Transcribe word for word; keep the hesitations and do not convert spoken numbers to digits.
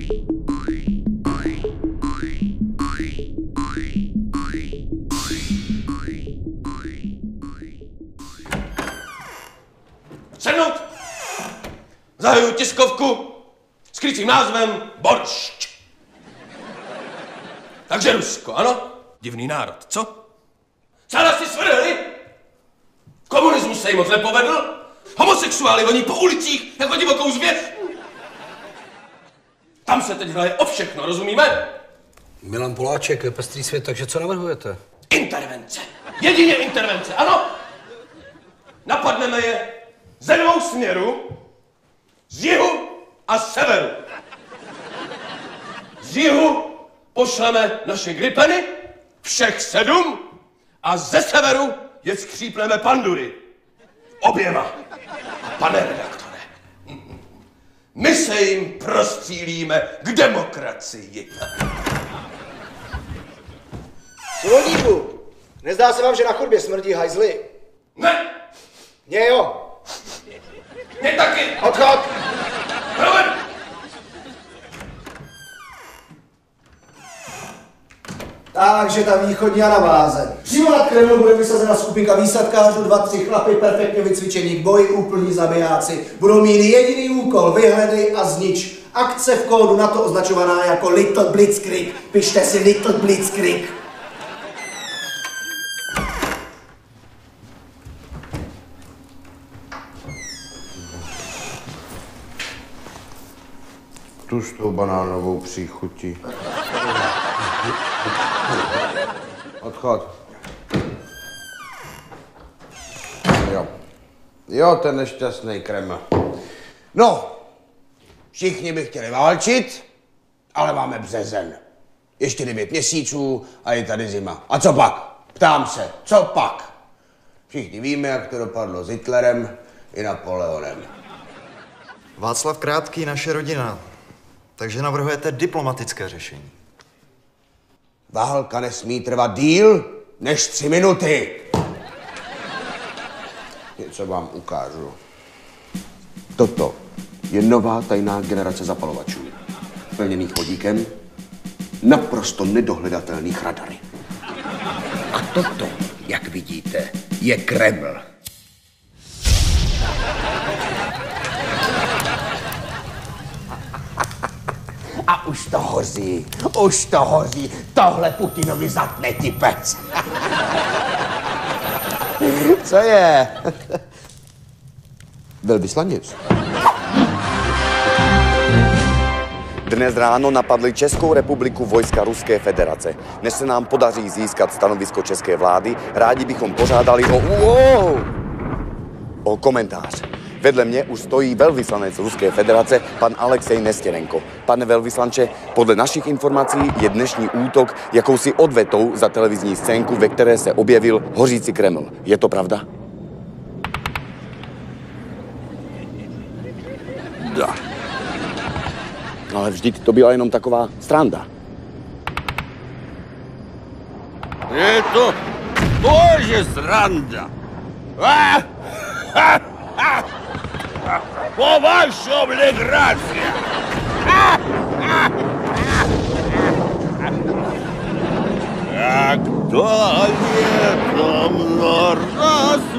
Sednout! Zahajuji tiskovku s krycím názvem Boršť. Takže Rusko, ano? Divný národ, co? Sáda si svrdeli? Komunismus se jim moc nepovedl? Homosexuály voní po ulicích jako divokou zvěř? Tam se teď hraje o všechno, rozumíme? Milan Poláček, Pestrý svět, takže co navrhujete? Intervence. Jedině intervence, ano? Napadneme je ze dvou směrů, z jihu a z severu. Z jihu pošleme naše gripeny, všech sedm, a ze severu je skřípneme pandury. Oběma. A pane redaktore, my se jim prostřílíme k demokracii. Solodníku, nezdá se vám, že na chodbě smrdí hajzly? Ne. Mně jo. Mně taky. Odchod. Proven. Takže ta východní anabáze. Přímo nad Kreml bude vysazena skupinka výsadkářů, dva, tři chlapy, perfektně vycvičení k boji, úplní zabijáci. Budou mít jediný úkol, vyhledej a znič. Akce v kódu NATO označovaná jako Little Blitzkrieg. Pište si Little Blitzkrieg. Tu s tou banánovou příchutí. Odchod. Jo. Jo, ten nešťastný Kreml. No, všichni by chtěli válčit, ale máme březen. Ještě devět měsíců a je tady zima. A co pak? Ptám se, co pak? Všichni víme, jak to dopadlo s Hitlerem i Napoleonem. Václav Krátký, naše rodina. Takže navrhujete diplomatické řešení. Válka nesmí trvat díl než tři minuty. Něco vám ukážu. Toto je nová tajná generace zapalovačů. Plněných vodíkem, naprosto nedohledatelných radary. A toto, jak vidíte, je Kreml. A už to hoří, už to hoří. Tohle Putinovi zatne tipec. Co je? Velvyslanec. Dnes ráno napadli Českou republiku vojska Ruské federace. Než se nám podaří získat stanovisko české vlády, rádi bychom požádali o... Wow! o komentář. Vedle mě už stojí velvyslanec Ruské federace, pan Alexej Nestěrenko. Pane velvyslanče, podle našich informací je dnešní útok jakousi odvetou za televizní scénku, ve které se objevil hořící Kreml. Je to pravda? Da. Ale vždyť to byla jenom taková sranda. Je to bože sranda. Ah! Ah! Ah! Po vašom legracia. Ah! Ah! Tak to je to mno raz